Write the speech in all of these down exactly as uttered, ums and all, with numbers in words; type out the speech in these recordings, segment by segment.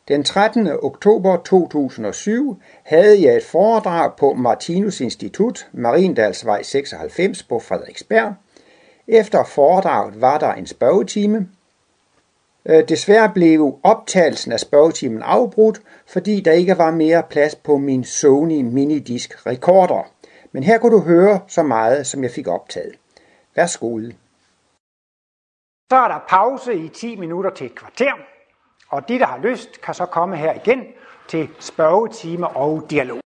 Den trettende oktober to tusind og syv havde jeg et foredrag på Martinus Institut, Mariendalsvej seksoghalvfems på Frederiksberg. Efter foredraget var der en spørgetime. Desværre blev optagelsen af spørgetimen afbrudt, fordi der ikke var mere plads på min Sony Minidisc recorder. Men her kunne du høre så meget, som jeg fik optaget. Værsgo. Så er der pause i ti minutter til et kvarter, og de, der har lyst, kan så komme her igen til spørgetime og dialog.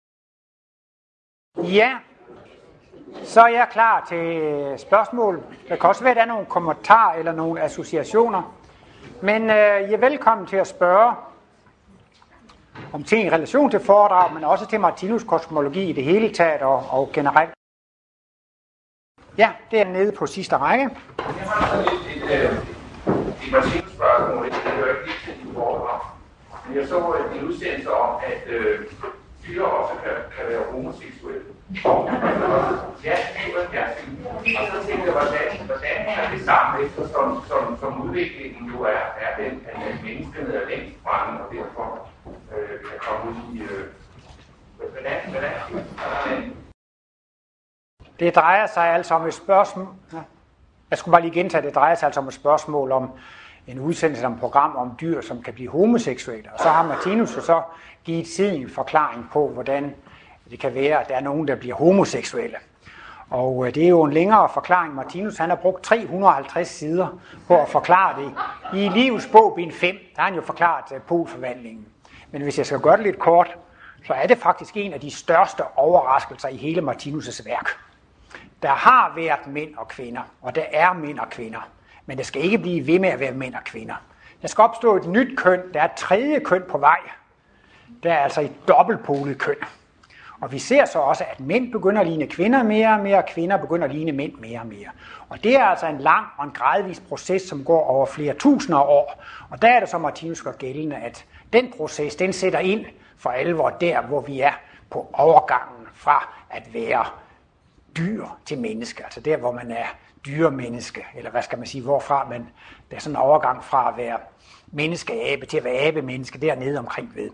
Ja, så er jeg klar til spørgsmål. Der kan også være, at der er nogle kommentarer eller nogle associationer. Men øh, I er velkommen til at spørge om ting i relation til foredrag, men også til Martinus kosmologi i det hele taget og, og generelt. Ja, det er nede på sidste række. Jeg har sådan et, et, et, et Martinus spørgsmål, det hører ikke lige til dit foredrag. Men jeg så en udsendelse om, at øh, dyr også kan, kan være homoseksuelle. Ja, det var fjernsyn. Og så tænkte jeg, hvordan, hvordan er det samme, eftersom som, som udviklingen jo er, er den, at menneskene er længst fremme, og derfor øh, kan komme ud i... Øh, hvordan, hvordan, hvordan, Det drejer sig altså om et spørgsmål... Ja. Jeg skulle bare lige gentage, det drejer sig altså om et spørgsmål om en udsendelse om et program om dyr, som kan blive homoseksuelle. Og så har Martinus jo så givet tiden en forklaring på, hvordan det kan være, at der er nogen, der bliver homoseksuelle. Og det er jo en længere forklaring. Martinus han har brugt tre hundrede og halvtreds sider på at forklare det. I Livets bog, bind fem, der har han jo forklaret polforvandlingen. Men hvis jeg skal gøre det lidt kort, så er det faktisk en af de største overraskelser i hele Martinus' værk. Der har været mænd og kvinder, og der er mænd og kvinder. Men det skal ikke blive ved med at være mænd og kvinder. Der skal opstå et nyt køn. Der er et tredje køn på vej. Der er altså et dobbeltpolet køn. Og vi ser så også, at mænd begynder at ligne kvinder mere og mere, og kvinder begynder at ligne mænd mere og mere. Og det er altså en lang og en gradvis proces, som går over flere tusinder år. Og der er det så Martinus gør gældende, at den proces, den sætter ind for alvor der, hvor vi er på overgangen fra at være dyr til menneske. Altså der, hvor man er dyremenneske, eller hvad skal man sige, hvorfra man, der er sådan en overgang fra at være menneskeabe til at være abemenneske dernede omkring ved.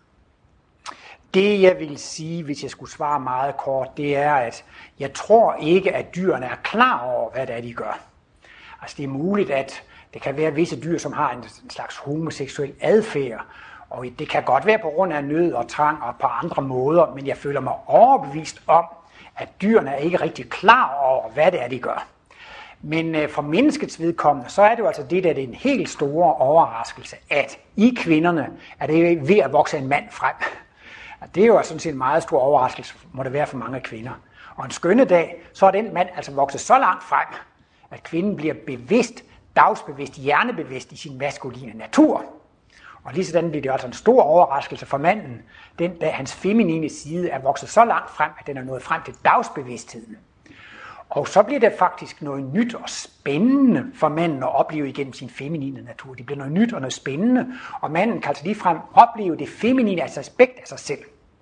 Det jeg vil sige, hvis jeg skulle svare meget kort, det er, at jeg tror ikke, at dyrene er klar over, hvad det er, de gør. Altså det er muligt, at det kan være visse dyr, som har en slags homoseksuel adfærd, og det kan godt være på grund af nød og trang og på andre måder, men jeg føler mig overbevist om, at dyrene er ikke rigtig klar over, hvad det er, de gør. Men for menneskets vedkommende, så er det jo altså det, der er en helt store overraskelse, at i kvinderne er det ved at vokse en mand frem. Det er jo sådan set en meget stor overraskelse, må det være for mange kvinder. Og en skønne dag, så er den mand altså vokset så langt frem, at kvinden bliver bevidst, dagsbevidst, hjernebevidst i sin maskuline natur. Og lige sådan bliver det altså en stor overraskelse for manden, den dag hans feminine side er vokset så langt frem, at den er nået frem til dagsbevidstheden. Og så bliver det faktisk noget nyt og spændende for manden at opleve igennem sin feminine natur. Det bliver noget nyt og noget spændende, og manden kan altså ligefrem opleve det feminine altså aspekt af sig selv.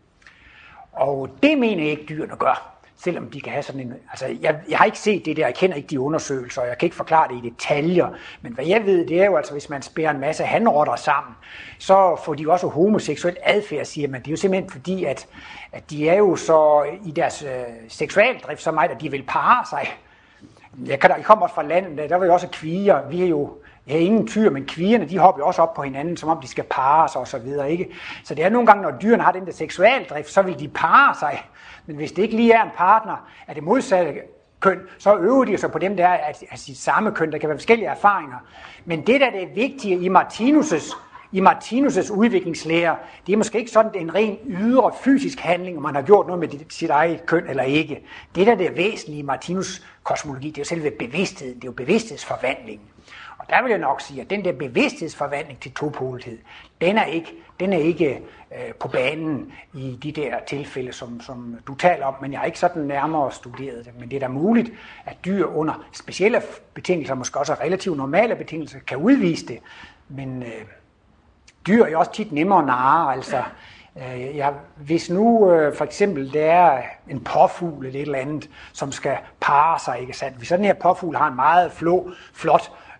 Og det mener jeg ikke, dyrene gør, selvom de kan have sådan en... Altså, jeg, jeg har ikke set det der, jeg kender ikke de undersøgelser, og jeg kan ikke forklare det i detaljer, men hvad jeg ved, det er jo altså, hvis man spærer en masse hanrotter sammen, så får de jo også homoseksuel adfærd, siger man. Det er jo simpelthen fordi, at, at de er jo så i deres øh, seksualdrift så meget, at de vil parre sig. Jeg, kan, jeg kommer også fra landet, der var jo også kvier, vi er jo... Jeg har ingen tyr, men kvierne, de hopper jo også op på hinanden, som om de skal parre sig og så videre, ikke? Så det er nogle gange, når dyrene har den der seksualdrift, så vil de parre sig. Men hvis det ikke lige er en partner af det modsatte køn, så øver de sig på dem, der er af sit samme køn. Der kan være forskellige erfaringer. Men det, der er det vigtige i Martinus' i Martinus' udviklingslære, det er måske ikke sådan en ren ydre fysisk handling, om man har gjort noget med sit eget køn eller ikke. Det, der er det væsentlige i Martinus' kosmologi, det er jo selve bevidstheden, det er jo bevidsthedsforvandlingen. Og der vil jeg nok sige, at den der bevidsthedsforvandling til topolethed, den er ikke, den er ikke øh, på banen i de der tilfælde, som, som du taler om, men jeg har ikke sådan nærmere studeret det. Men det er da muligt, at dyr under specielle betingelser, måske også relativt normale betingelser, kan udvise det. Men øh, dyr er jo også tit nemmere at narre, altså... Øh, ja, hvis nu øh, for eksempel der er en påfugl eller et eller andet, som skal parre sig, ikke sandt? Hvis sådan her påfugl har en meget flå, flot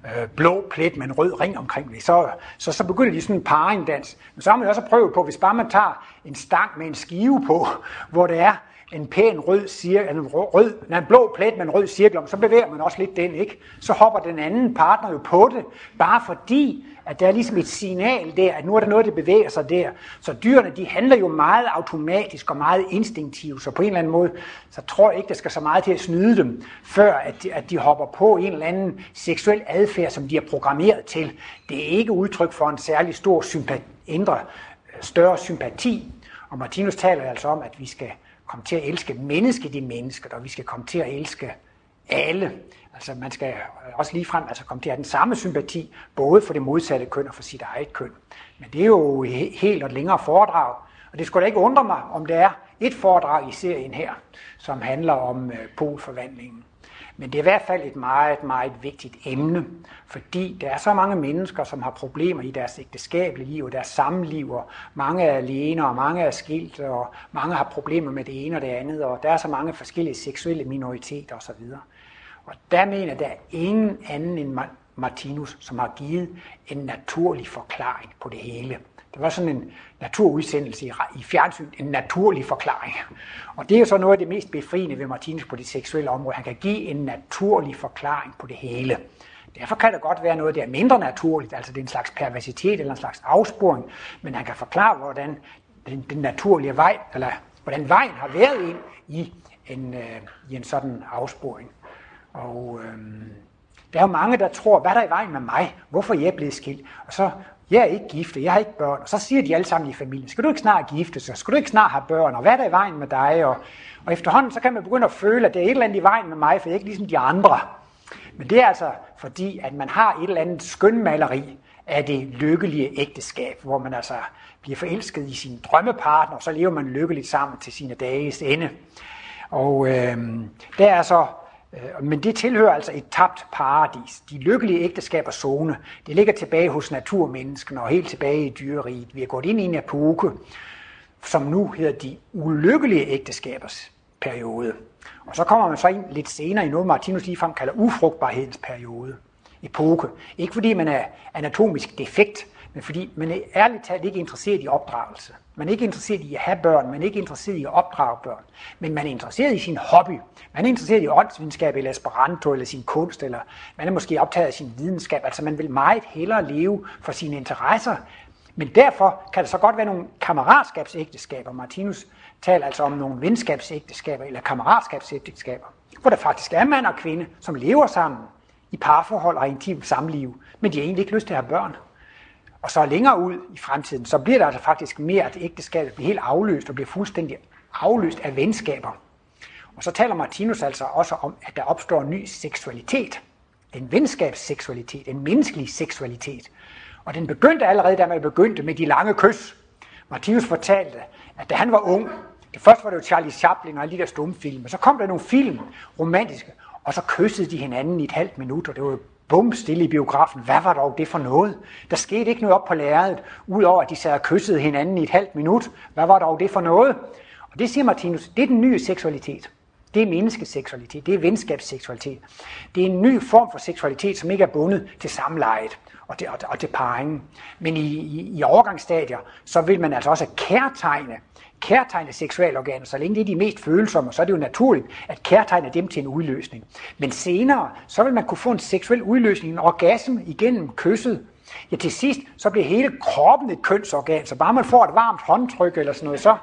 øh, blå plet med en rød ring omkring det. Så, så, så begynder de sådan en parringdans. Men så har man også prøvet på, hvis bare man tager en stang med en skive på, hvor det er en pæn rød cirkel, en, rød, nej, en blå plet med en rød cirkel om, så bevæger man også lidt den, ikke? Så hopper den anden partner jo på det, bare fordi, at der er ligesom et signal der, at nu er der noget, der bevæger sig der. Så dyrene, de handler jo meget automatisk og meget instinktivt, så på en eller anden måde, så tror jeg ikke, der skal så meget til at snyde dem, før at de, at de hopper på en eller anden seksuel adfærd, som de er programmeret til. Det er ikke udtryk for en særlig stor sympati, indre, større sympati. Og Martinus taler altså om, at vi skal komme til at elske mennesket i mennesket, og vi skal komme til at elske alle. Altså man skal også ligefrem altså komme til at have den samme sympati, både for det modsatte køn og for sit eget køn. Men det er jo helt og et længere foredrag, og det skulle da ikke undre mig, om det er et foredrag i serien her, som handler om polforvandlingen. Men det er i hvert fald et meget, meget vigtigt emne, fordi der er så mange mennesker, som har problemer i deres ægteskabelige liv og deres samliv, og mange er alene, og mange er skilt, og mange har problemer med det ene og det andet, og der er så mange forskellige seksuelle minoriteter osv. Og der mener der er ingen anden end Martinus, som har givet en naturlig forklaring på det hele. Det var sådan en naturudsendelse i fjernsyn, en naturlig forklaring. Og det er jo så noget af det mest befriende ved Martinus på det seksuelle område. Han kan give en naturlig forklaring på det hele. Derfor kan der godt være noget, der er mindre naturligt, altså det er en slags perversitet eller en slags afsporing, men han kan forklare, hvordan den, den naturlige vej, eller hvordan vejen har været ind i en, øh, i en sådan afsporing. Og øh, der er jo mange, der tror, hvad er der i vejen med mig? Hvorfor er jeg blevet skilt? Og så, jeg er ikke gift, jeg har ikke børn. Og så siger de alle sammen i familien, skal du ikke snart gifte sig? Skal du ikke snart have børn? Og hvad er der i vejen med dig? Og, og efterhånden, så kan man begynde at føle, at det er et eller andet i vejen med mig, for jeg er ikke ligesom de andre. Men det er altså fordi, at man har et eller andet skønmaleri af det lykkelige ægteskab, hvor man altså bliver forelsket i sin drømmepartner, og så lever man lykkeligt sammen til sine dages ende. Og øh, der er så Men det tilhører altså et tabt paradis. De lykkelige ægteskabers zone, det ligger tilbage hos naturmenneskene og helt tilbage i dyreriget. Vi er gået ind i en epoke, som nu hedder de ulykkelige ægteskabers periode. Og så kommer man så ind lidt senere i noget, Martinus ligefrem kalder ufrugtbarhedens periode. Epoke. Ikke fordi man er anatomisk defekt, men fordi man er ærligt talt ikke interesseret i opdragelse. Man er ikke interesseret i at have børn, man er ikke interesseret i at opdrage børn, men man er interesseret i sin hobby. Man er interesseret i åndsvidenskab eller esperanto eller sin kunst, eller man er måske optaget af sin videnskab. Altså man vil meget hellere leve for sine interesser. Men derfor kan der så godt være nogle kammeratskabsægteskaber. Martinus taler altså om nogle venskabsægteskaber eller kammeratskabsægteskaber, hvor der faktisk er mand og kvinde, som lever sammen i parforhold og intimt samliv, men de har egentlig ikke lyst til at have børn. Og så længere ud i fremtiden, så bliver der altså faktisk mere, at ægteskabet bliver helt afløst og bliver fuldstændig afløst af venskaber. Og så taler Martinus altså også om, at der opstår en ny seksualitet. En venskabsseksualitet, en menneskelig seksualitet. Og den begyndte allerede, da man begyndte med de lange kys. Martinus fortalte, at da han var ung, det først var det jo Charlie Chaplin og alle de der stumfilm, og så kom der nogle film, romantiske, og så kyssede de hinanden i et halvt minut, og det var jo bum stille i biografen. Hvad var dog det for noget? Der skete ikke noget op på lærredet, udover at de sad og kyssede hinanden i et halvt minut. Hvad var dog det for noget? Og det siger Martinus, det er den nye seksualitet. Det er menneskeseksualitet, det er venskabsseksualitet. Det er en ny form for seksualitet, som ikke er bundet til samlejet og til, og, og til parringen. Men i, i, i overgangsstadier, så vil man altså også kærtegne, kærtegne seksualorganer. Så længe det er de mest følsomme, så er det jo naturligt at kærtegne dem til en udløsning. Men senere, så vil man kunne få en seksuel udløsning, en orgasme igennem kysset. Ja, til sidst, så bliver hele kroppen et kønsorgan, så bare man får et varmt håndtryk eller sådan noget, så...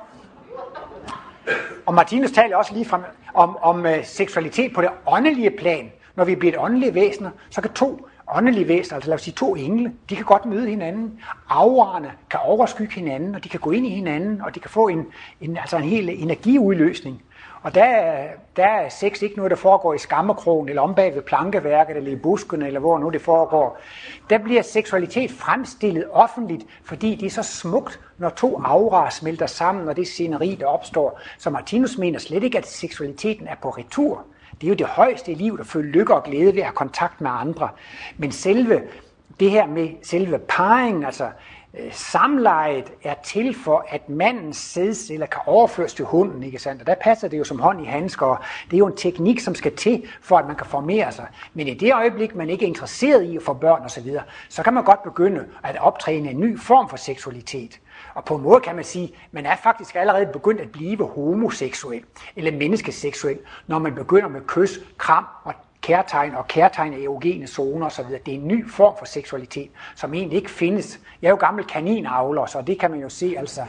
Og Martinus taler også lige frem om, om uh, seksualitet på det åndelige plan. Når vi bliver et åndelige væsener, så kan to åndelige væsener, altså lad os sige to engle, de kan godt møde hinanden. Auraerne kan overskygge hinanden, og de kan gå ind i hinanden, og de kan få en, en, altså en hel energiudløsning. Og der, der er sex ikke noget, der foregår i skammerkrogen, eller om bag ved plankeværket, eller i buskene, eller hvor nu det foregår. Der bliver seksualitet fremstillet offentligt, fordi det er så smukt, når to auraer smelter sammen, og det sceneri, der opstår. Så Martinus mener slet ikke, at seksualiteten er på retur. Det er jo det højeste i livet at føle lykke og glæde ved at have kontakt med andre. Men selve det her med selve parringen, altså øh, samlejet er til for, at mandens sædceller kan overføres til hunden, ikke sandt? Og der passer det jo som hånd i handsker, og det er jo en teknik, som skal til, for at man kan formere sig. Men i det øjeblik, man ikke er interesseret i at få børn osv., så kan man godt begynde at optræne en ny form for seksualitet. Og på en måde kan man sige, at man er faktisk allerede begyndt at blive homoseksuel, eller menneskeseksuel, når man begynder med kys, kram og kærtegn og kærtegn af erogene zoner osv. Det er en ny form for seksualitet, som egentlig ikke findes. Jeg er jo gammel kaninavler, så det kan man jo se altså.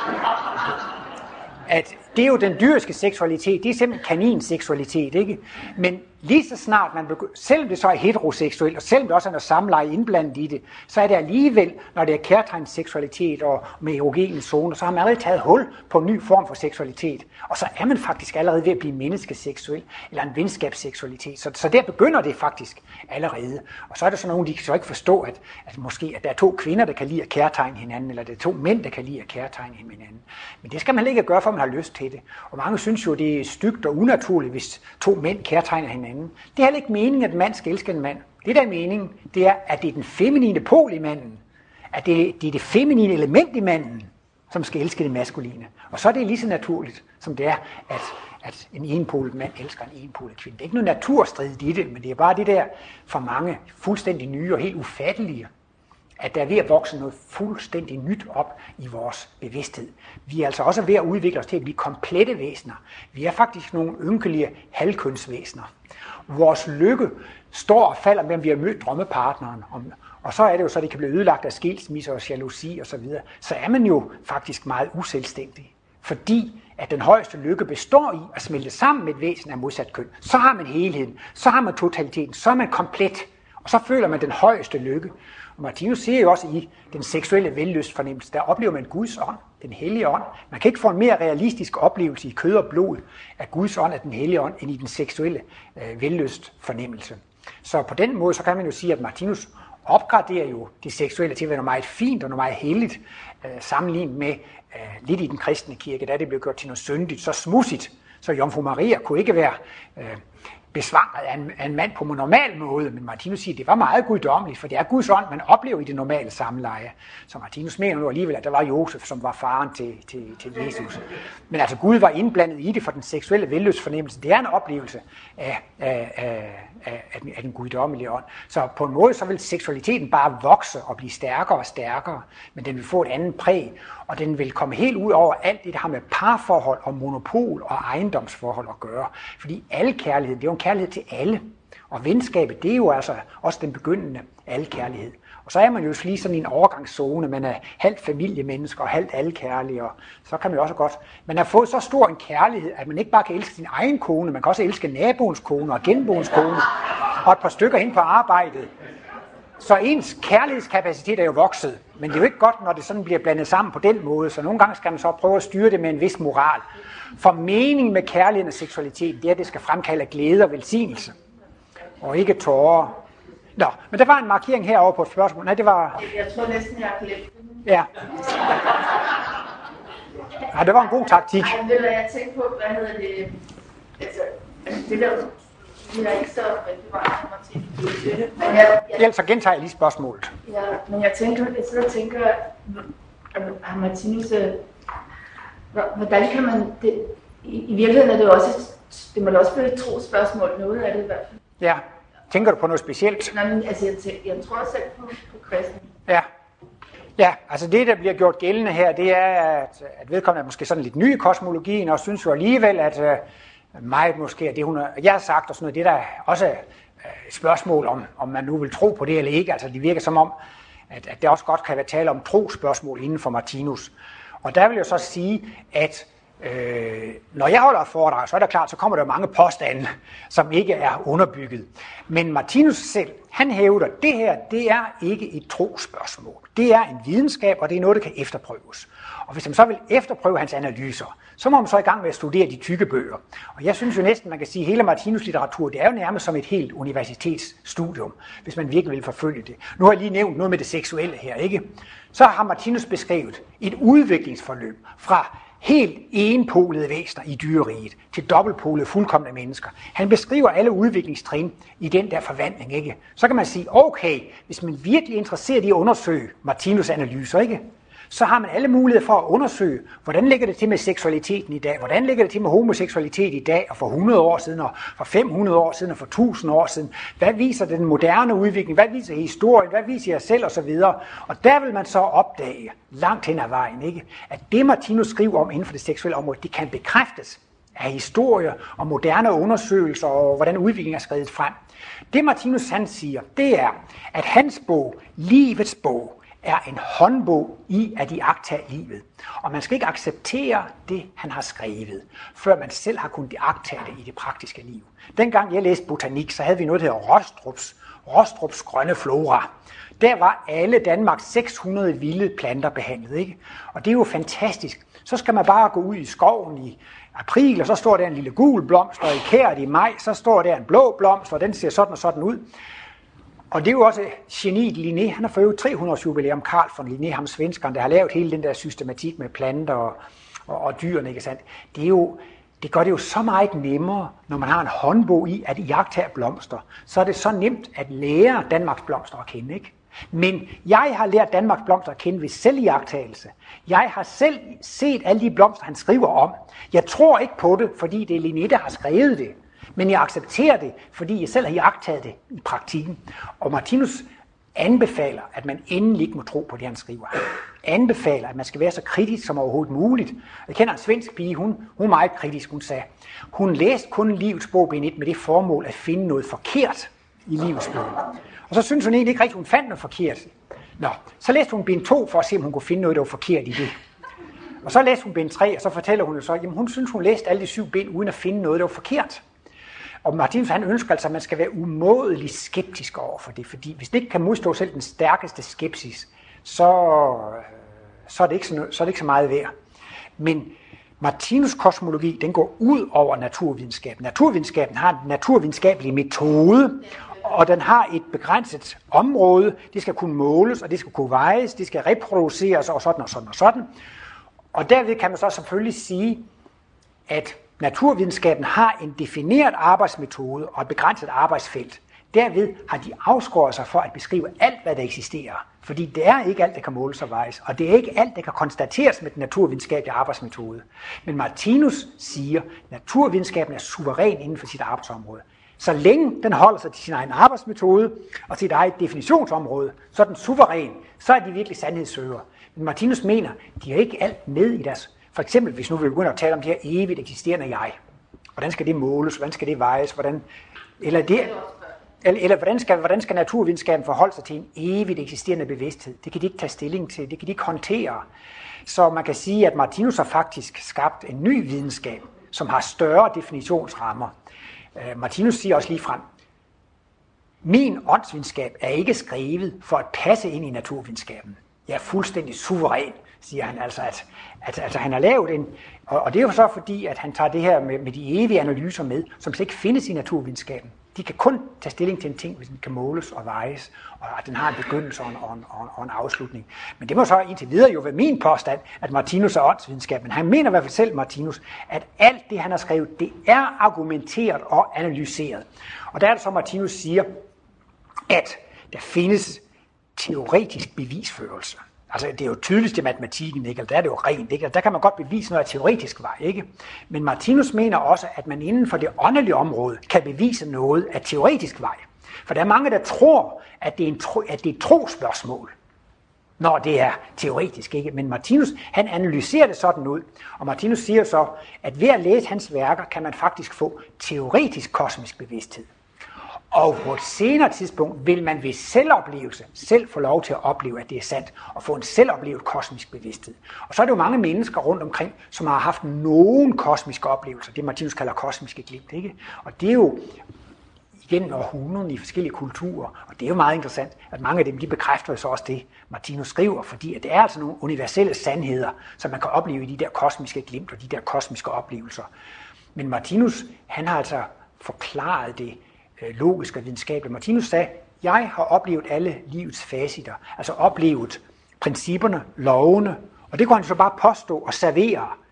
At det er jo den dyriske seksualitet, det er simpelthen kaninseksualitet, ikke? Men lige så snart man begynder, selvom det så er heteroseksuelt, og selvom det også er noget samleje indblandet i det, så er det alligevel, når det er kærtegnsseksualitet og med erogene zoner, så har man allerede taget hul på en ny form for seksualitet. Og så er man faktisk allerede ved at blive menneskeseksuel, eller en venskabsseksualitet. Så, så der begynder det faktisk allerede. Og så er der så nogen, de kan så ikke forstå, at, at måske at der er to kvinder, der kan lide at kærtegne hinanden, eller der er to mænd, der kan lide at kærtegne hinanden. Men det skal man ikke gøre, for man har lyst til det. Og mange synes jo, det er stygt og unaturligt, hvis to mænd kærtegner hinanden. Det er heller ikke meningen, at en mand skal elske en mand. Det der er meningen, det er, at det er den feminine pol i manden. At det, det er det feminine element i manden, som skal elske det maskuline. Og så er det lige så naturligt, som det er, at, at en enpolet mand elsker en enpolet kvinde. Det er ikke noget naturstridigt i det, men det er bare det der for mange fuldstændig nye og helt ufattelige, at der er ved at vokse noget fuldstændig nyt op i vores bevidsthed. Vi er altså også ved at udvikle os til at blive komplette væsener. Vi er faktisk nogle ynkelige halvkønsvæsener. Vores lykke står og falder med, om vi har mødt drømmepartneren. Og så er det jo så, det kan blive ødelagt af skilsmisser og jalousi osv. Så, videre. Så er man jo faktisk meget uselvstændig. Fordi at den højeste lykke består i at smelte sammen med et væsen af modsat køn. Så har man helheden, så har man totaliteten, så er man komplet. Og så føler man den højeste lykke. Og Martinus siger jo også i den seksuelle vellystfornemmelse, der oplever man Guds ånd, den hellige ånd. Man kan ikke få en mere realistisk oplevelse i kød og blod af Guds ånd af den hellige ånd, end i den seksuelle øh, vellystfornemmelse. Så på den måde, så kan man jo sige, at Martinus opgraderer jo det seksuelle til at være noget meget fint og noget meget helligt, øh, sammenlignet med øh, lidt i den kristne kirke, der det blev gjort til noget syndigt, så smudsigt. Så Jomfru Maria kunne ikke være øh, besvaret af en, af en mand på en normal måde, men Martinus siger, at det var meget guddommeligt, for det er Guds ånd, man oplever i det normale samleje. Så Martinus mener nu alligevel, at der var Josef, som var faren til, til, til Jesus. Men altså Gud var indblandet i det for den seksuelle vellystfornemmelse. Det er en oplevelse af, af, af, af, af den guddommelige ånd. Så på en måde så vil seksualiteten bare vokse og blive stærkere og stærkere, men den vil få et andet præg, og den vil komme helt ud over alt det, der har med parforhold og monopol og ejendomsforhold at gøre. Fordi alle kærlighed, det er jo en kærlighed til alle. Og venskabet, det er jo altså også den begyndende alle kærlighed. Og så er man jo lige sådan i en overgangszone, man er halvt familiemennesker og halvt alle kærlige, og så kan man jo også godt. Man har fået så stor en kærlighed, at man ikke bare kan elske sin egen kone, man kan også elske naboens kone og genboens kone, og et par stykker hen på arbejdet. Så ens kærlighedskapacitet er jo vokset, men det er jo ikke godt, når det sådan bliver blandet sammen på den måde, så nogle gange skal man så prøve at styre det med en vis moral. For meningen med kærligheden og seksualitet, det er, at det skal fremkalde glæde og velsignelse, og ikke tårer. Nå, men der var en markering herovre på et spørgsmål. Nej, det var... Jeg tror næsten, jeg har glemt det. Ja. Ja, det var en god taktik. Ej, ved du, jeg tænkte på, hvad hedder det... Altså, det der... Det er ikke så rigtig meget Martinus til det. Men jeg, jeg, Ellers så gentager jeg lige spørgsmålet. Ja, men jeg tænker, jeg sidder og tænker, at Martinus, hvordan kan man, det, i, i virkeligheden er det også, det må da også blive et trospørgsmål, noget af det i hvert fald. Ja, tænker du på noget specielt? Nej, men altså, jeg, tænker, jeg tror selv på, på kristen. Ja. Ja, altså det, der bliver gjort gældende her, det er, at, at vedkommende er måske sådan lidt ny i kosmologien, og synes jo alligevel, at uh, meget måske, at det hun har, jeg har sagt, og sådan noget, det der også er et spørgsmål om, om man nu vil tro på det eller ikke. Altså det virker som om, at, at det også godt kan være tale om trospørgsmål inden for Martinus. Og der vil jeg så sige, at øh, når jeg holder et foredrag, så er det klart, så kommer der mange påstande, som ikke er underbygget. Men Martinus selv, han hævder, at det her, det er ikke et trospørgsmål. Det er en videnskab, og det er noget, der kan efterprøves. Og hvis man så vil efterprøve hans analyser, så må man så i gang med at studere de tykke bøger. Og jeg synes jo næsten, man kan sige, at hele Martinus litteratur, det er jo nærmest som et helt universitetsstudium, hvis man virkelig vil forfølge det. Nu har jeg lige nævnt noget med det seksuelle her, ikke? Så har Martinus beskrevet et udviklingsforløb fra helt enpolede væsener i dyreriget til dobbeltpolede fuldkomne mennesker. Han beskriver alle udviklingstrin i den der forvandling, ikke? Så kan man sige, okay, hvis man virkelig er interesseret i at undersøge Martinus' analyser, ikke? Så har man alle muligheder for at undersøge, hvordan ligger det til med seksualiteten i dag, hvordan ligger det til med homoseksualitet i dag, og for hundrede år siden, og for fem hundrede år siden, og for tusind år siden. Hvad viser den moderne udvikling, hvad viser historien, hvad viser jeg selv, osv. Og der vil man så opdage, langt hen ad vejen, ikke, at det Martinus skriver om inden for det seksuelle område, det kan bekræftes af historier og moderne undersøgelser, og hvordan udviklingen er skredet frem. Det Martinus han siger, det er, at hans bog, Livets bog, er en håndbog i at iagttage livet. Og man skal ikke acceptere det, han har skrevet, før man selv har kunnet iagttage det i det praktiske liv. Dengang jeg læste botanik, så havde vi noget, der hedder Rostrups, Rostrups grønne flora. Der var alle Danmarks seks hundrede vilde planter behandlet, ikke? Og det er jo fantastisk. Så skal man bare gå ud i skoven i april, og så står der en lille gul blomst, og i kæret i maj, så står der en blå blomst, og den ser sådan og sådan ud. Og det er jo også geniet Linné. Han har for øvrigt tre hundrede års jubilæum, Carl von Linné, ham svenskeren, der har lavet hele den der systematik med planter og, og, og dyrene, ikke sandt? Det, er jo, det gør det jo så meget nemmere, når man har en håndbog i at iagttage blomster. Så er det så nemt at lære Danmarks blomster at kende, ikke? Men jeg har lært Danmarks blomster at kende ved selviagtagelse. Jeg har selv set alle de blomster, han skriver om. Jeg tror ikke på det, fordi det er Linné, der har skrevet det. Men jeg accepterer det, fordi jeg selv har iagttaget det i praktikken. Og Martinus anbefaler, at man endelig ikke må tro på det, han skriver. Han anbefaler, at man skal være så kritisk som overhovedet muligt. Jeg kender en svensk pige, hun, hun er meget kritisk. Hun sagde, hun læste kun Livets bog bind et med det formål at finde noget forkert i Livets bog. Og så synes hun egentlig ikke rigtigt, hun fandt noget forkert. Nå, så læste hun bind to for at se, om hun kunne finde noget, der var forkert i det. Og så læste hun bind tre, og så fortæller hun jo så, at hun synes, hun læste alle de syv bind uden at finde noget, der var forkert. Og Martinus han ønsker altså, at man skal være umådelig skeptisk over for det, fordi hvis det ikke kan modstå selv den stærkeste skepsis, så, så, er det ikke så, så er det ikke så meget værd. Men Martinus' kosmologi, den går ud over naturvidenskaben. Naturvidenskaben har en naturvidenskabelig metode, og den har et begrænset område. Det skal kunne måles, og det skal kunne vejes, det skal reproduceres, og sådan og sådan og sådan. Og derved kan man så selvfølgelig sige, at naturvidenskaben har en defineret arbejdsmetode og et begrænset arbejdsfelt. Derved har de afskåret sig for at beskrive alt, hvad der eksisterer. Fordi det er ikke alt, der kan måles og vejes, og det er ikke alt, der kan konstateres med den naturvidenskabelige arbejdsmetode. Men Martinus siger, at naturvidenskaben er suveræn inden for sit arbejdsområde. Så længe den holder sig til sin egen arbejdsmetode og sit eget definitionsområde, så er den suveræn, så er de virkelig sandhedssøgere. Men Martinus mener, de har ikke alt med i deres. For eksempel, hvis nu vi begynder at tale om det her evigt eksisterende jeg. Hvordan skal det måles? Hvordan skal det vejes? Hvordan, eller, det, eller, eller hvordan, skal, hvordan skal naturvidenskaben forholde sig til en evigt eksisterende bevidsthed? Det kan de ikke tage stilling til. Det kan de ikke håndtere. Så man kan sige, at Martinus har faktisk skabt en ny videnskab, som har større definitionsrammer. Uh, Martinus siger også lige frem, min åndsvidenskab er ikke skrevet for at passe ind i naturvidenskaben. Jeg er fuldstændig suveræn, siger han altså, at, at altså, han har lavet en, og, og det er jo så fordi, at han tager det her med, med de evige analyser med, som slet ikke findes i naturvidenskaben. De kan kun tage stilling til en ting, hvis den kan måles og vejes, og at den har en begyndelse og en, og en, og en afslutning. Men det må så indtil videre jo være min påstand, at Martinus er åndsvidenskab. Men han mener i hvert fald selv, Martinus, at alt det, han har skrevet, det er argumenteret og analyseret. Og der er det så, Martinus siger, at der findes teoretisk bevisførelse. Altså, det er jo tydeligst i matematikken, ikke? Der er det jo rent, ikke? Der kan man godt bevise noget af teoretisk vej, ikke? Men Martinus mener også, at man inden for det åndelige område kan bevise noget af teoretisk vej. For der er mange, der tror, at det er, en tro, at det er et trospørgsmål, når det er teoretisk, ikke? Men Martinus, han analyserer det sådan ud, og Martinus siger så, at ved at læse hans værker, kan man faktisk få teoretisk kosmisk bevidsthed. Og på et senere tidspunkt vil man ved selvoplevelse selv få lov til at opleve, at det er sandt, og få en selvoplevet kosmisk bevidsthed. Og så er det jo mange mennesker rundt omkring, som har haft nogen kosmiske oplevelser, det Martinus kalder kosmiske glimt, ikke? Og det er jo igennem århundreder i forskellige kulturer, og det er jo meget interessant, at mange af dem, de bekræfter så også det, Martinus skriver, fordi at det er altså nogle universelle sandheder, som man kan opleve i de der kosmiske glimt og de der kosmiske oplevelser. Men Martinus, han har altså forklaret det logisk og videnskabeligt. Martinus sagde, jeg har oplevet alle livets facetter, altså oplevet principperne, lovene, og det kunne han så bare påstå og servere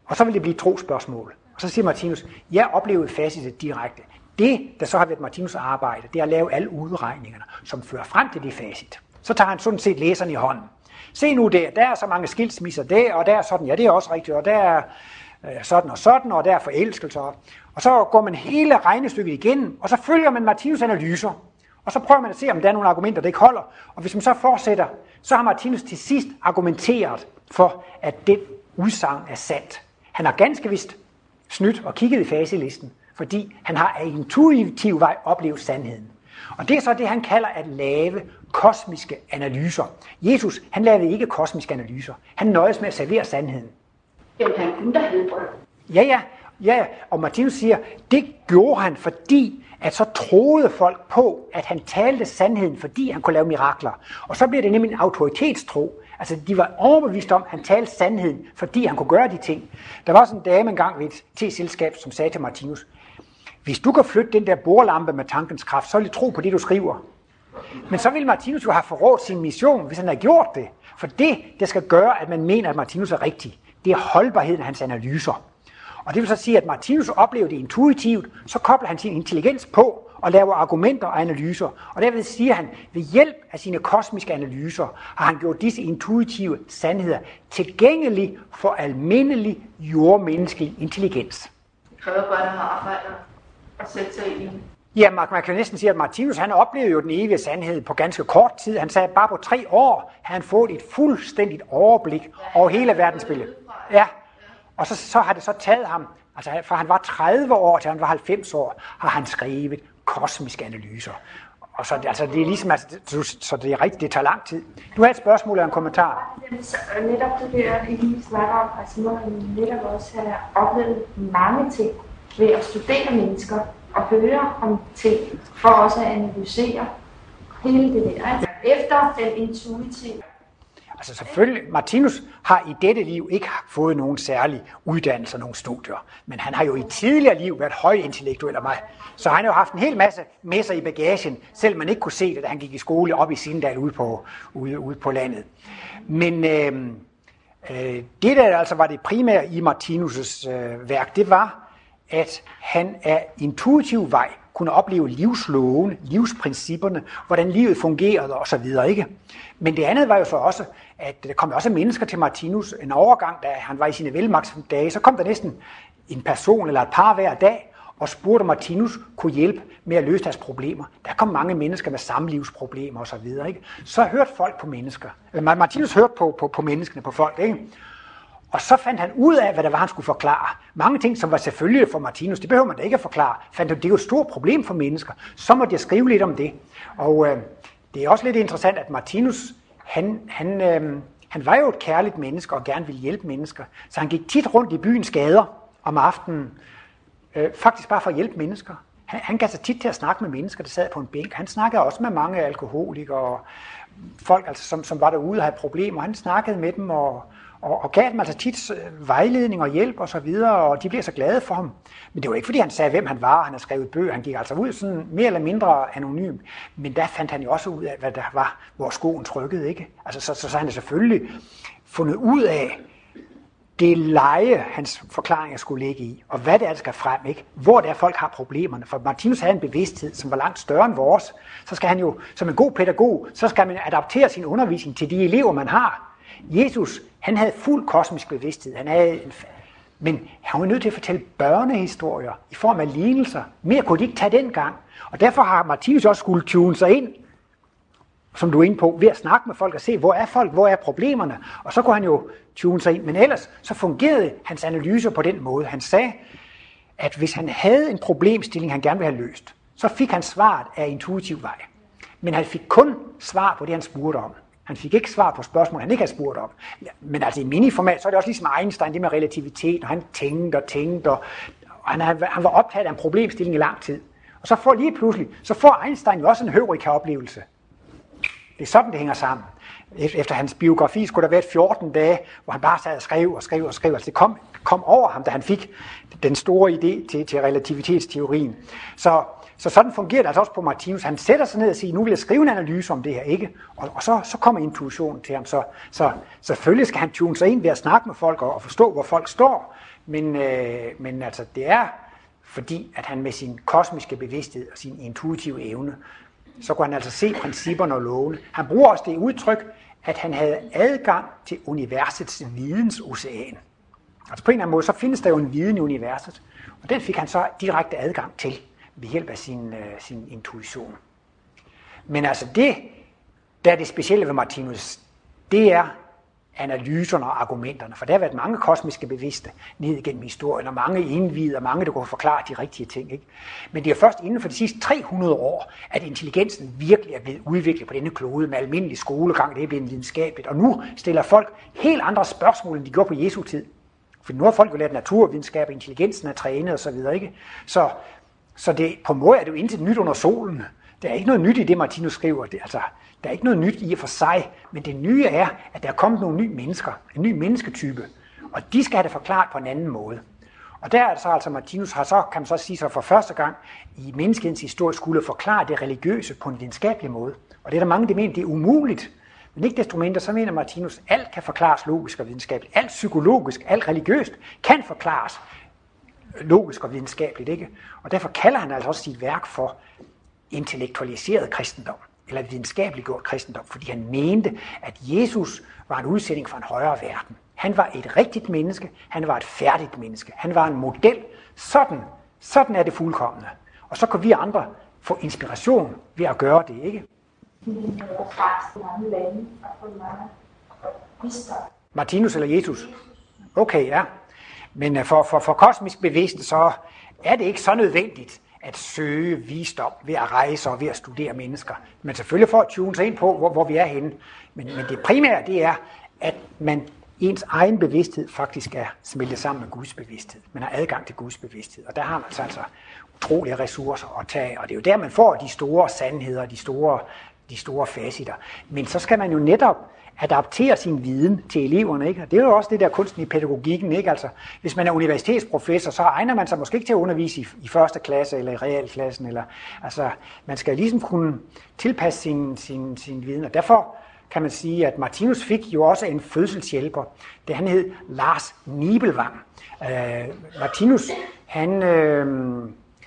Og så vil det blive trospørgsmål. Og så siger Martinus, jeg oplevede facitet direkte. Det, der så har været Martinus' arbejde, det er at lave alle udregningerne, som fører frem til det facit. Så tager han sådan set læseren i hånden. Se nu der, der er så mange skilsmisser der, og der er sådan, ja det er også rigtigt, og der er øh, sådan og sådan, og der er forelskelser. Og så går man hele regnestykket igennem, og så følger man Martinus' analyser. Og så prøver man at se, om der er nogle argumenter, der ikke holder. Og hvis man så fortsætter, så har Martinus til sidst argumenteret for, at det udsagn er sandt. Han har ganske vist snydt og kigget i faselisten, fordi han har af intuitiv vej oplevet sandheden. Og det er så det, han kalder at lave kosmiske analyser. Jesus, han lavede ikke kosmiske analyser. Han nøjes med at servere sandheden. Jamen, han kunne da helbrede. Ja, ja, ja. Og Martinus siger, det gjorde han, fordi at så troede folk på, at han talte sandheden, fordi han kunne lave mirakler. Og så bliver det nemlig en autoritetstro. Altså, de var overbevist om, at han talte sandheden, fordi han kunne gøre de ting. Der var sådan en dame engang ved et teselskab, som sagde til Martinus, hvis du kan flytte den der bordlampe med tankens kraft, så vil jeg tro på det, du skriver. Men så vil Martinus jo have forrådt sin mission, hvis han havde gjort det. For det, der skal gøre, at man mener, at Martinus er rigtig, det er holdbarheden af hans analyser. Og det vil så sige, at Martinus oplever det intuitivt, så kobler han sin intelligens på og laver argumenter og analyser. Og derved siger han, ved hjælp af sine kosmiske analyser har han gjort disse intuitive sandheder tilgængelige for almindelig jordmenneskelig intelligens. Det kræver bare, at han har arbejdet og sætte sig ind i. Ja, man, man kan jo næsten sige, at Martinus han oplevede jo den evige sandhed på ganske kort tid. Han sagde, at bare på tre år havde han fået et fuldstændigt overblik over hele verdensbilledet. Ja. Og så, så har det så taget ham, altså fra han var tredive år til han var halvfems år, har han skrevet kosmiske analyser. Og så altså, det er ligesom, altså, så det er rigtigt, det tager lang tid. Du har et spørgsmål eller en kommentar? Så netop det der, I lige snakker om, altså må man netop også have oplevet mange ting ved at studere mennesker og høre om ting, for også at analysere hele det der. Altså, efter den intuitive. Altså selvfølgelig, Martinus har i dette liv ikke fået nogen særlig uddannelse og nogen studier, men han har jo i tidligere liv været højintellektuel af mig, så han har jo haft en hel masse med sig i bagagen, selv man ikke kunne se det, da han gik i skole op i Sindal ude på, ude, ude på landet. Men øh, øh, det, der altså var det primære i Martinus' øh, værk, det var, at han af intuitiv vej kunne opleve livsloven, livsprincipperne, hvordan livet fungerede osv. Ikke? Men det andet var jo så også, at der kom også mennesker til Martinus en overgang, da han var i sine velmagtsdage, så kom der næsten en person eller et par hver dag, og spurgte Martinus kunne hjælpe med at løse deres problemer. Der kom mange mennesker med samlivsproblemer osv. Ikke? Så hørte folk på mennesker. Martinus hørte på, på, på menneskene, på folk. Ikke? Og så fandt han ud af, hvad der var, han skulle forklare. Mange ting, som var selvfølgelig for Martinus, det behøver man da ikke at forklare. Fandt han, det er jo et stort problem for mennesker. Så måtte jeg skrive lidt om det. Og øh, det er også lidt interessant, at Martinus, han, han, øh, han var jo et kærligt menneske og gerne ville hjælpe mennesker. Så han gik tit rundt i byens gader om aftenen, øh, faktisk bare for at hjælpe mennesker. Han, han gav sig tit til at snakke med mennesker, der sad på en bænk. Han snakkede også med mange alkoholikere og folk, altså, som, som var derude og havde problemer. Han snakkede med dem og Og, og gav dem altså tit vejledning og hjælp og så videre, og de blev så glade for ham. Men det var ikke fordi han sagde, hvem han var, han havde skrevet bøger, han gik altså ud sådan mere eller mindre anonym. Men der fandt han jo også ud af, hvad der var, hvor skoen trykkede, ikke? Altså så, så, så han har selvfølgelig fundet ud af det leje, hans forklaringer skulle ligge i, og hvad det er, der skal frem, ikke? Hvor det er, folk har problemerne. For Martinus havde en bevidsthed, som var langt større end vores. Så skal han jo, som en god pædagog, så skal man adaptere sin undervisning til de elever, man har. Jesus, han havde fuld kosmisk bevidsthed, han havde, men han var nødt til at fortælle børnehistorier i form af lignelser. Mere kunne de ikke tage dengang. Og derfor har Martinus også skulle tune sig ind, som du er inde på, ved at snakke med folk og se, hvor er folk, hvor er problemerne. Og så kunne han jo tune sig ind. Men ellers så fungerede hans analyser på den måde. Han sagde, at hvis han havde en problemstilling, han gerne ville have løst, så fik han svaret af intuitiv vej. Men han fik kun svar på det, han spurgte om. Han fik ikke svar på spørgsmål, han ikke havde spurgt om. Men altså i miniformat, så er det også ligesom Einstein, det med relativitet, og han tænkte og tænkte, og han, han var optaget af en problemstilling i lang tid. Og så får lige pludselig, så får Einstein jo også en Heureka-oplevelse. Det er sådan, det hænger sammen. Efter hans biografi skulle der være fjorten dage, hvor han bare sad og skrev og skrev og skrev. Altså det kom, kom over ham, da han fik den store idé til, til relativitetsteorien. Så Så sådan fungerer det altså også på Martinus. Han sætter sig ned og siger, nu vil jeg skrive en analyse om det her, ikke? Og, og så, så kommer intuitionen til ham. Så, så selvfølgelig skal han tune sig ind ved at snakke med folk og, og forstå, hvor folk står. men, øh, men altså, det er fordi, at han med sin kosmiske bevidsthed og sin intuitive evne, så kunne han altså se principperne og lovene. Han bruger også det udtryk, at han havde adgang til universets vidensocean. Altså på en eller anden måde, så findes der jo en viden i universet, og den fik han så direkte adgang til ved hjælp af sin, øh, sin intuition. Men altså det, der er det specielle ved Martinus, det er analyserne og argumenterne, for der har været mange kosmiske bevidste ned igennem historien, og mange indvidede, og mange, der kunne forklare de rigtige ting. Ikke? Men det er først inden for de sidste tre hundrede år, at intelligensen virkelig er blevet udviklet på denne klode med almindelig skolegang, det er blevet videnskabeligt, og nu stiller folk helt andre spørgsmål, end de gjorde på Jesu tid. For nu har folk jo lært naturvidenskab, intelligensen er trænet osv. Ikke? Så, så det, på en måde er det jo intet nyt under solen. Der er ikke noget nyt i det, Martinus skriver. Det, altså, der er ikke noget nyt i og for sig, men det nye er, at der er kommet nogle nye mennesker, en ny mennesketype, og de skal have det forklaret på en anden måde. Og der er så altså, Martinus har så, kan man så sige, så for første gang i menneskehedens historie skulle forklare det religiøse på en videnskabelig måde. Og det er der mange, der mener, det er umuligt. Men ikke desto mindre, så mener Martinus, at alt kan forklares logisk og videnskabeligt. Alt psykologisk, alt religiøst kan forklares logisk og videnskabeligt. Ikke? Og derfor kalder han altså også sit værk for intellektualiseret kristendom, eller videnskabeliggjort kristendom, fordi han mente, at Jesus var en udsætning for en højere verden. Han var et rigtigt menneske, han var et færdigt menneske, han var en model. Sådan, sådan er det fuldkomne. Og så kan vi andre få inspiration ved at gøre det, ikke? Martinus eller Jesus? Okay, ja. Men for, for, for kosmisk bevidste, så er det ikke så nødvendigt at søge visdom ved at rejse og ved at studere mennesker. Men selvfølgelig for at tune sig ind på, hvor, hvor vi er henne. Men, men det primære, det er, at man ens egen bevidsthed faktisk er smeltet sammen med Guds bevidsthed. Man har adgang til Guds bevidsthed, og der har man så altså utrolige ressourcer at tage, og det er jo der, man får de store sandheder, de store, de store facitter. Men så skal man jo netop adaptere sin viden til eleverne, ikke? Og det er jo også det der kunsten i pædagogikken, ikke? Altså, hvis man er universitetsprofessor, så egner man sig måske ikke til at undervise i, i første klasse eller i realklassen, eller, altså, man skal ligesom kunne tilpasse sin, sin, sin viden, og derfor kan man sige, at Martinus fik jo også en fødselshjælper. Det han hed Lars Nibelvang. Uh, Martinus, han, uh,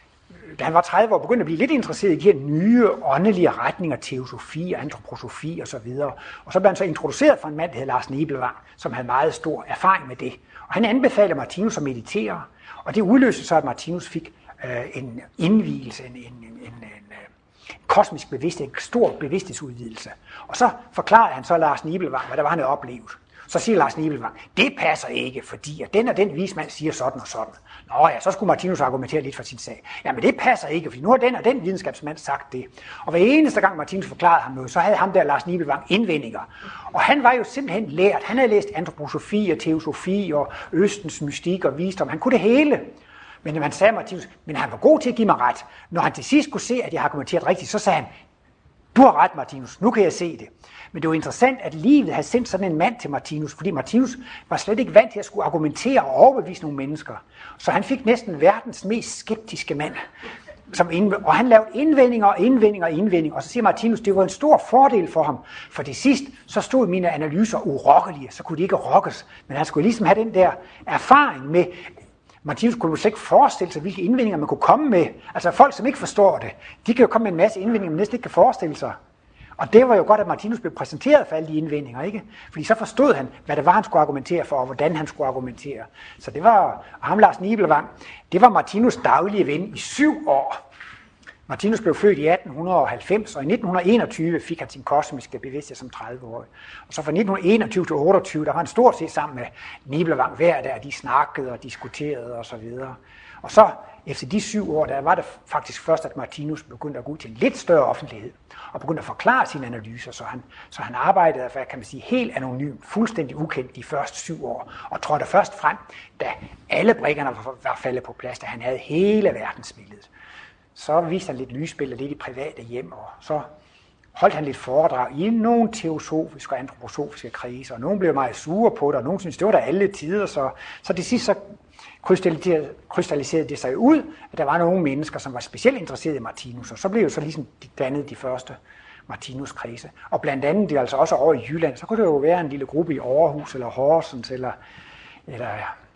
da han var tredive år, begyndte at blive lidt interesseret i de her nye åndelige retninger, teosofi og antroposofi og så videre. Og så blev han så introduceret for en mand, der hed Lars Nibelvang, som havde meget stor erfaring med det. Og han anbefalede Martinus at meditere, og det udløste så, at Martinus fik uh, en indvielse, en, en, en, en, en kosmisk bevidsthed, en stor bevidsthedsudvidelse. Og så forklarede han så Lars Nibelvang, hvad der var, han havde oplevet. Så siger Lars Nibelvang, det passer ikke, fordi at den og den vismand siger sådan og sådan. Nå ja, så skulle Martinus argumentere lidt for sin sag. Jamen det passer ikke, fordi nu har den og den videnskabsmand sagt det. Og hver eneste gang Martinus forklarede ham noget, så havde ham der Lars Nibelvang indvendinger. Og han var jo simpelthen lært. Han havde læst antroposofi og teosofi og Østens mystik og visdom. Han kunne det hele. Men man sagde Martinus, men han var god til at give mig ret. Når han til sidst kunne se, at jeg har argumenteret rigtigt, så sagde han, du har ret, Martinus, nu kan jeg se det. Men det var interessant, at livet havde sendt sådan en mand til Martinus, fordi Martinus var slet ikke vant til at skulle argumentere og overbevise nogle mennesker. Så han fik næsten verdens mest skeptiske mand. Som indv- og han lavede indvendinger og indvendinger og indvendinger. Og så siger Martinus, det var en stor fordel for ham. For det sidst, så stod mine analyser urokkelige, så kunne de ikke rokkes. Men han skulle ligesom have den der erfaring med, Martinus kunne jo slet ikke forestille sig, hvilke indvendinger man kunne komme med. Altså folk, som ikke forstår det, de kan jo komme med en masse indvendinger, man næsten ikke kan forestille sig. Og det var jo godt, at Martinus blev præsenteret for alle de indvendinger, ikke? Fordi så forstod han, hvad det var, han skulle argumentere for, og hvordan han skulle argumentere. Så det var, og ham Lars Nibelvang, det var Martinus' daglige ven i syv år. Martinus blev født i atten halvfems, og i nitten enogtyve fik han sin kosmiske bevidsthed som tredive-årig. Og så fra nitten enogtyve til otteogtyve, der var han stort set sammen med Nibelvang hver dag, de snakkede og diskuterede og så videre. Og så efter de syv år, der var det faktisk først, at Martinus begyndte at gå ud til en lidt større offentlighed og begyndte at forklare sine analyser, så han, så han arbejdede, hvad kan man sige, helt anonymt, fuldstændig ukendt de første syv år, og trådte først frem, da alle brikkerne var faldet på plads, da han havde hele verdensbilledet. Så viste han lidt lysbilleder, lidt i private hjem, og så holdt han lidt foredrag i nogle teosofiske og antroposofiske kriser, og nogle blev meget sure på det, og nogle syntes, det var der alle tider, så, så det sidste så krystalliserede det sig ud, at der var nogle mennesker, som var specielt interesserede i Martinus, og så blev jo så ligesom dannet de første Martinus-krise. Og blandt andet, det er altså også over i Jylland, så kunne det jo være en lille gruppe i Aarhus, eller Horsens, eller, eller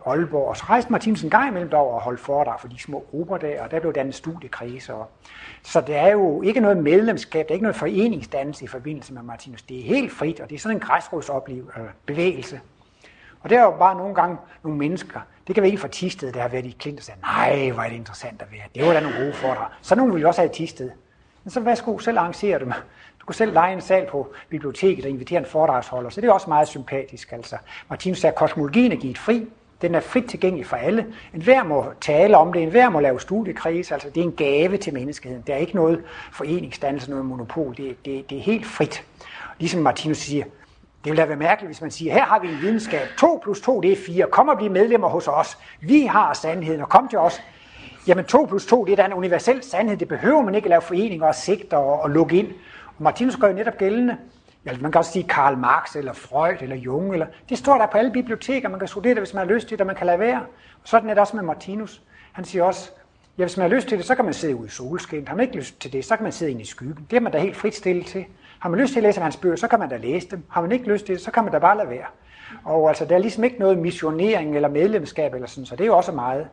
Aalborg, og så rejste Martinus en gang imellem derover og holdt foredrag for de små grupper der, og der blev dannet studiekredser. Så det er jo ikke noget medlemskab, det er ikke noget foreningsdannelse i forbindelse med Martinus. Det er helt frit, og det er sådan en græsrodsbevægelse. Og der er jo bare nogle gange nogle mennesker, det kan være en fra Thisted, der har været i Klint og sagt, nej, hvor er det interessant at være, det var da nogle gode foredrag. Så nogen vil jo også have i Thisted. Men så værsgo, selv arrangere dem. Du kan selv leje en sal på biblioteket og invitere en foredragsholder, så det er også meget sympatisk. Altså. Martinus sagde, at kosmologien er givet fri. Den er frit tilgængelig for alle. Enhver må tale om det, enhver må lave studiekreds. Altså, det er en gave til menneskeheden. Der er ikke noget foreningsdannelse, noget monopol. Det, det, det er helt frit. Ligesom Martinus siger, det vil da være mærkeligt, hvis man siger, her har vi en videnskab. to plus to, det er fire. Kom og bliv medlemmer hos os. Vi har sandheden, og kom til os. Jamen to plus to, det er da en universel sandhed. Det behøver man ikke at lave foreninger og sekter og, og lukke ind. Og Martinus gør jo netop gældende. Ja, man kan også sige Karl Marx eller Freud eller Jung. Eller, det står der på alle biblioteker. Man kan studere det, hvis man har lyst til det, og man kan lade være. Og sådan er det også med Martinus. Han siger også, ja, hvis man har lyst til det, så kan man sidde ude i solskin. Har man ikke lyst til det, så kan man sidde inde i skyggen. Det er man da helt frit stillet til. Har man lyst til at læse hans bøger, så kan man da læse dem. Har man ikke lyst til det, så kan man da bare lade være. Og altså, der er ligesom ikke noget missionering eller medlemskab eller sådan, så det er jo også meget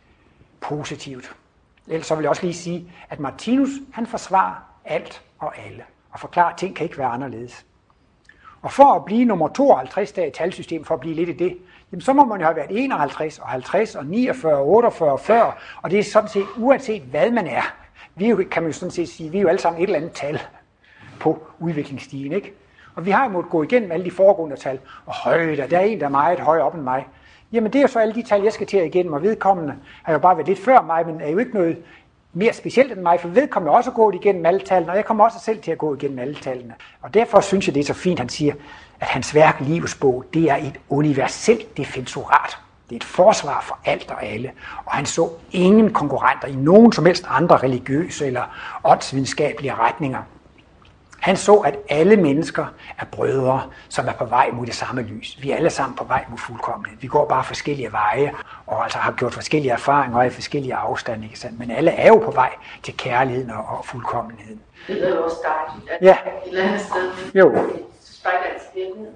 positivt. Ellers så vil jeg også lige sige, at Martinus, han forsvarer alt og alle, og forklarer, at ting kan ikke være anderledes. Og for at blive nummer tooghalvtreds der i talsystemet, for at blive lidt i det, jamen så må man jo have været enoghalvtreds og halvtreds og niogfyrre og otteogfyrre og fyrre, og det er sådan set uanset hvad man er. Vi jo, kan man jo sådan set sige, vi er jo alle sammen et eller andet tal på udviklingsstigen, ikke? Og vi har jo måttet gå igennem alle de foregående tal, og højder, der er en, der er meget højere op end mig. Jamen det er jo så alle de tal, jeg skal til igennem, og vedkommende har jo bare været lidt før mig, men er jo ikke noget mere specielt end mig, for vedkommende også gået igennem alle tallene, og jeg kommer også selv til at gå igennem alle tallene. Og derfor synes jeg, det er så fint, han siger, at hans værk, Livsbog, det er et universelt defensorat. Det er et forsvar for alt og alle, og han så ingen konkurrenter i nogen som helst andre religiøse eller åndsvidenskabelige retninger. Han så, at alle mennesker er brødre, som er på vej mod det samme lys. Vi er alle sammen på vej mod fuldkommenhed. Vi går bare forskellige veje, og altså har gjort forskellige erfaringer og i forskellige afstande, ikke sandt? Men alle er jo på vej til kærligheden og, og fuldkommenheden. Det er jo også dejligt, at ja. et eller andet sted, jo. Det spejler altså virkeligheden.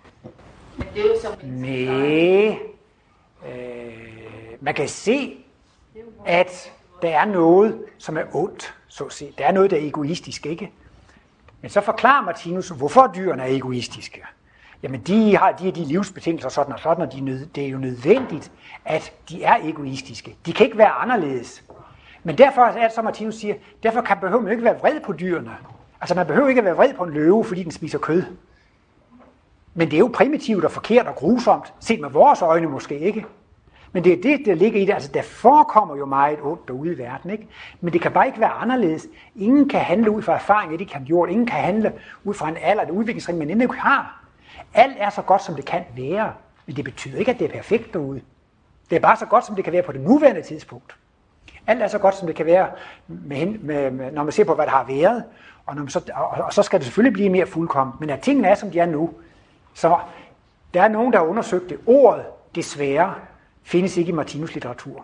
Men det er jo som en Næh. Øh, man kan se, at der er noget, som er ondt, så at sige. Der er noget, der er egoistisk, ikke? Men så forklarer Martinus, hvorfor dyrene er egoistiske. Jamen, de har de, de livsbetingelser sådan og sådan, og de nød, det er jo nødvendigt, at de er egoistiske. De kan ikke være anderledes. Men derfor er det, som Martinus siger, derfor kan, behøver man ikke være vred på dyrene. Altså, man behøver ikke at være vred på en løve, fordi den spiser kød. Men det er jo primitivt og forkert og grusomt, set med vores øjne måske ikke. Men det er det, der ligger i det. Altså, der forekommer jo meget ondt derude i verden, ikke? Men det kan bare ikke være anderledes. Ingen kan handle ud fra erfaring, det kan gjort. Ingen kan handle ud fra en alder, et udviklingsring, man endnu ikke har. Alt er så godt, som det kan være. Men det betyder ikke, at det er perfekt derude. Det er bare så godt, som det kan være på det nuværende tidspunkt. Alt er så godt, som det kan være, med, med, med, når man ser på, hvad der har været. Og, når man så, og, og så skal det selvfølgelig blive mere fuldkommen. Men at tingene er, som de er nu. Så der er nogen, der har undersøgt det. Ordet, desværre, findes ikke i Martinus litteratur.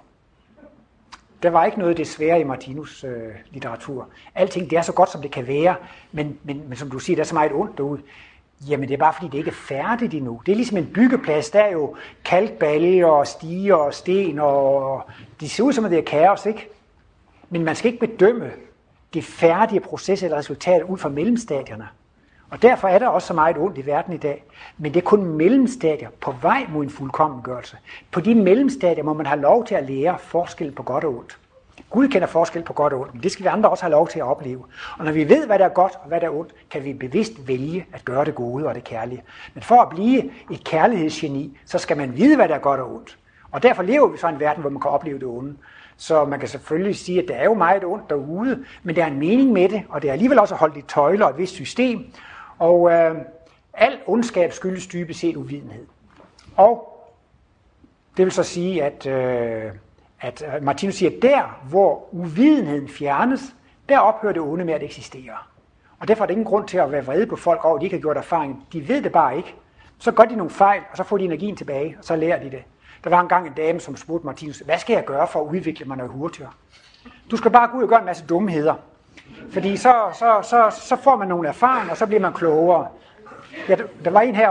Der var ikke noget desværre i Martinus øh, litteratur. Alting, det er så godt, som det kan være, men, men, men som du siger, der er så meget ondt derude. Jamen, det er bare, fordi det ikke er færdigt endnu. Det er ligesom en byggeplads, der er jo kalkbaljer og stiger og sten, og det ser ud som, at det er kaos, ikke? Men man skal ikke bedømme det færdige proces eller resultat ud fra mellemstadierne. Og derfor er der også så meget ondt i verden i dag. Men det er kun mellemstadier på vej mod en fuldkommengørelse. På de mellemstadier må man have lov til at lære forskel på godt og ondt. Gud kender forskel på godt og ondt, men det skal vi andre også have lov til at opleve. Og når vi ved, hvad der er godt og hvad der er ondt, kan vi bevidst vælge at gøre det gode og det kærlige. Men for at blive et kærlighedsgeni, så skal man vide, hvad der er godt og ondt. Og derfor lever vi så i en verden, hvor man kan opleve det onde. Så man kan selvfølgelig sige, at der er jo meget ondt derude, men der er en mening med det, og det er alligevel også holdt i tøjler og et vist system. Og øh, al ondskab skyldes dybest set uvidenhed. Og det vil så sige, at, øh, at Martinus siger, at der, hvor uvidenheden fjernes, der ophører det onde med at eksistere. Og derfor er det ingen grund til at være vrede på folk over, at de ikke har gjort erfaring. De ved det bare ikke. Så gør de nogle fejl, og så får de energien tilbage, og så lærer de det. Der var engang en dame, som spurgte Martinus, hvad skal jeg gøre for at udvikle mig noget hurtigere? Du skal bare gå ud og gøre en masse dumheder. Fordi så, så, så, så får man nogle erfaringer, og så bliver man klogere. Ja, der var en herovre.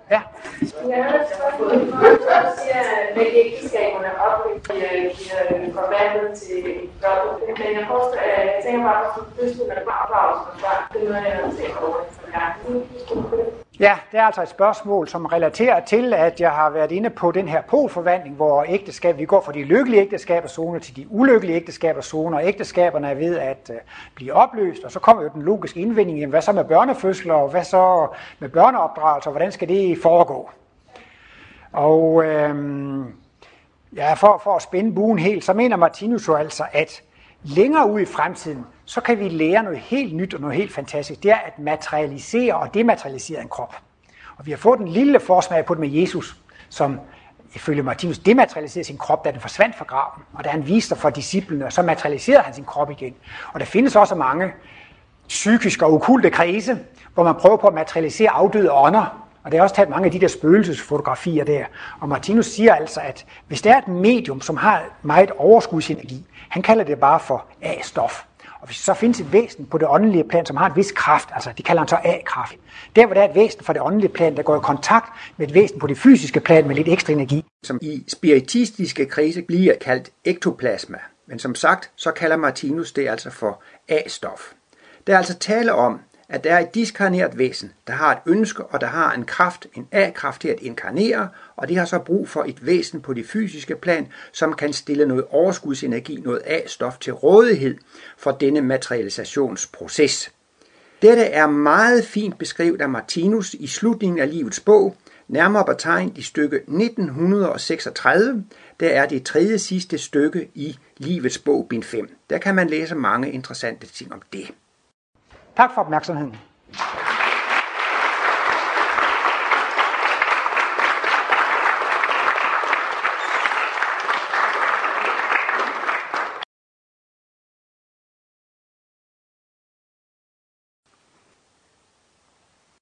Ja. Jeg har et spørgsmål. Du siger, at ægteskaberne opløst bliver forvandlet til dobbelt. Men jeg forstår, at jeg tænker bare på fødslen og opdragelsen og børn. Det er noget, jeg har tænkt over for jer. Ja, det er altså et spørgsmål, som relaterer til, at jeg har været inde på den her polforvandling, hvor ægteskab, vi går fra de lykkelige ægteskaberzoner til de ulykkelige ægteskaberzoner, og ægteskaberne er ved at uh, blive opløst, og så kommer jo den logiske indvending, jamen, hvad så med børnefødsler, og hvad så med børneopdragelser, og hvordan skal det foregå? Og øhm, ja, for, for at spænde buen helt, så mener Martinus jo altså, at længere ud i fremtiden, så kan vi lære noget helt nyt og noget helt fantastisk. Det er at materialisere og dematerialisere en krop. Og vi har fået en lille forsmag på det med Jesus, som ifølge Martinus dematerialiserede sin krop, da den forsvandt fra graven. Og da han viste for disciplene, så materialiserede han sin krop igen. Og der findes også mange psykiske og okulte kredse, hvor man prøver på at materialisere afdøde ånder. Og det er også taget mange af de der spøgelsesfotografier der. Og Martinus siger altså, at hvis der er et medium, som har meget overskudsenergi, han kalder det bare for A-stof. Og hvis så findes et væsen på det åndelige plan, som har en vis kraft, altså det kalder han så A-kraft. Der hvor der er et væsen fra det åndelige plan, der går i kontakt med et væsen på det fysiske plan med lidt ekstra energi. Som i spiritistiske kredse bliver kaldt ektoplasma. Men som sagt, så kalder Martinus det altså for A-stof. Der er altså tale om, at der er et diskarneret væsen, der har et ønske, og der har en kraft, en A-kraft til at inkarnere, og det har så brug for et væsen på det fysiske plan, som kan stille noget overskudsenergi, noget A-stof til rådighed for denne materialisationsproces. Dette er meget fint beskrevet af Martinus i slutningen af livets bog, nærmere betegnet i stykke nitten seksogtredive, der er det tredje sidste stykke i livets bog, bind fem. Der kan man læse mange interessante ting om det. Tak for opmærksomheden.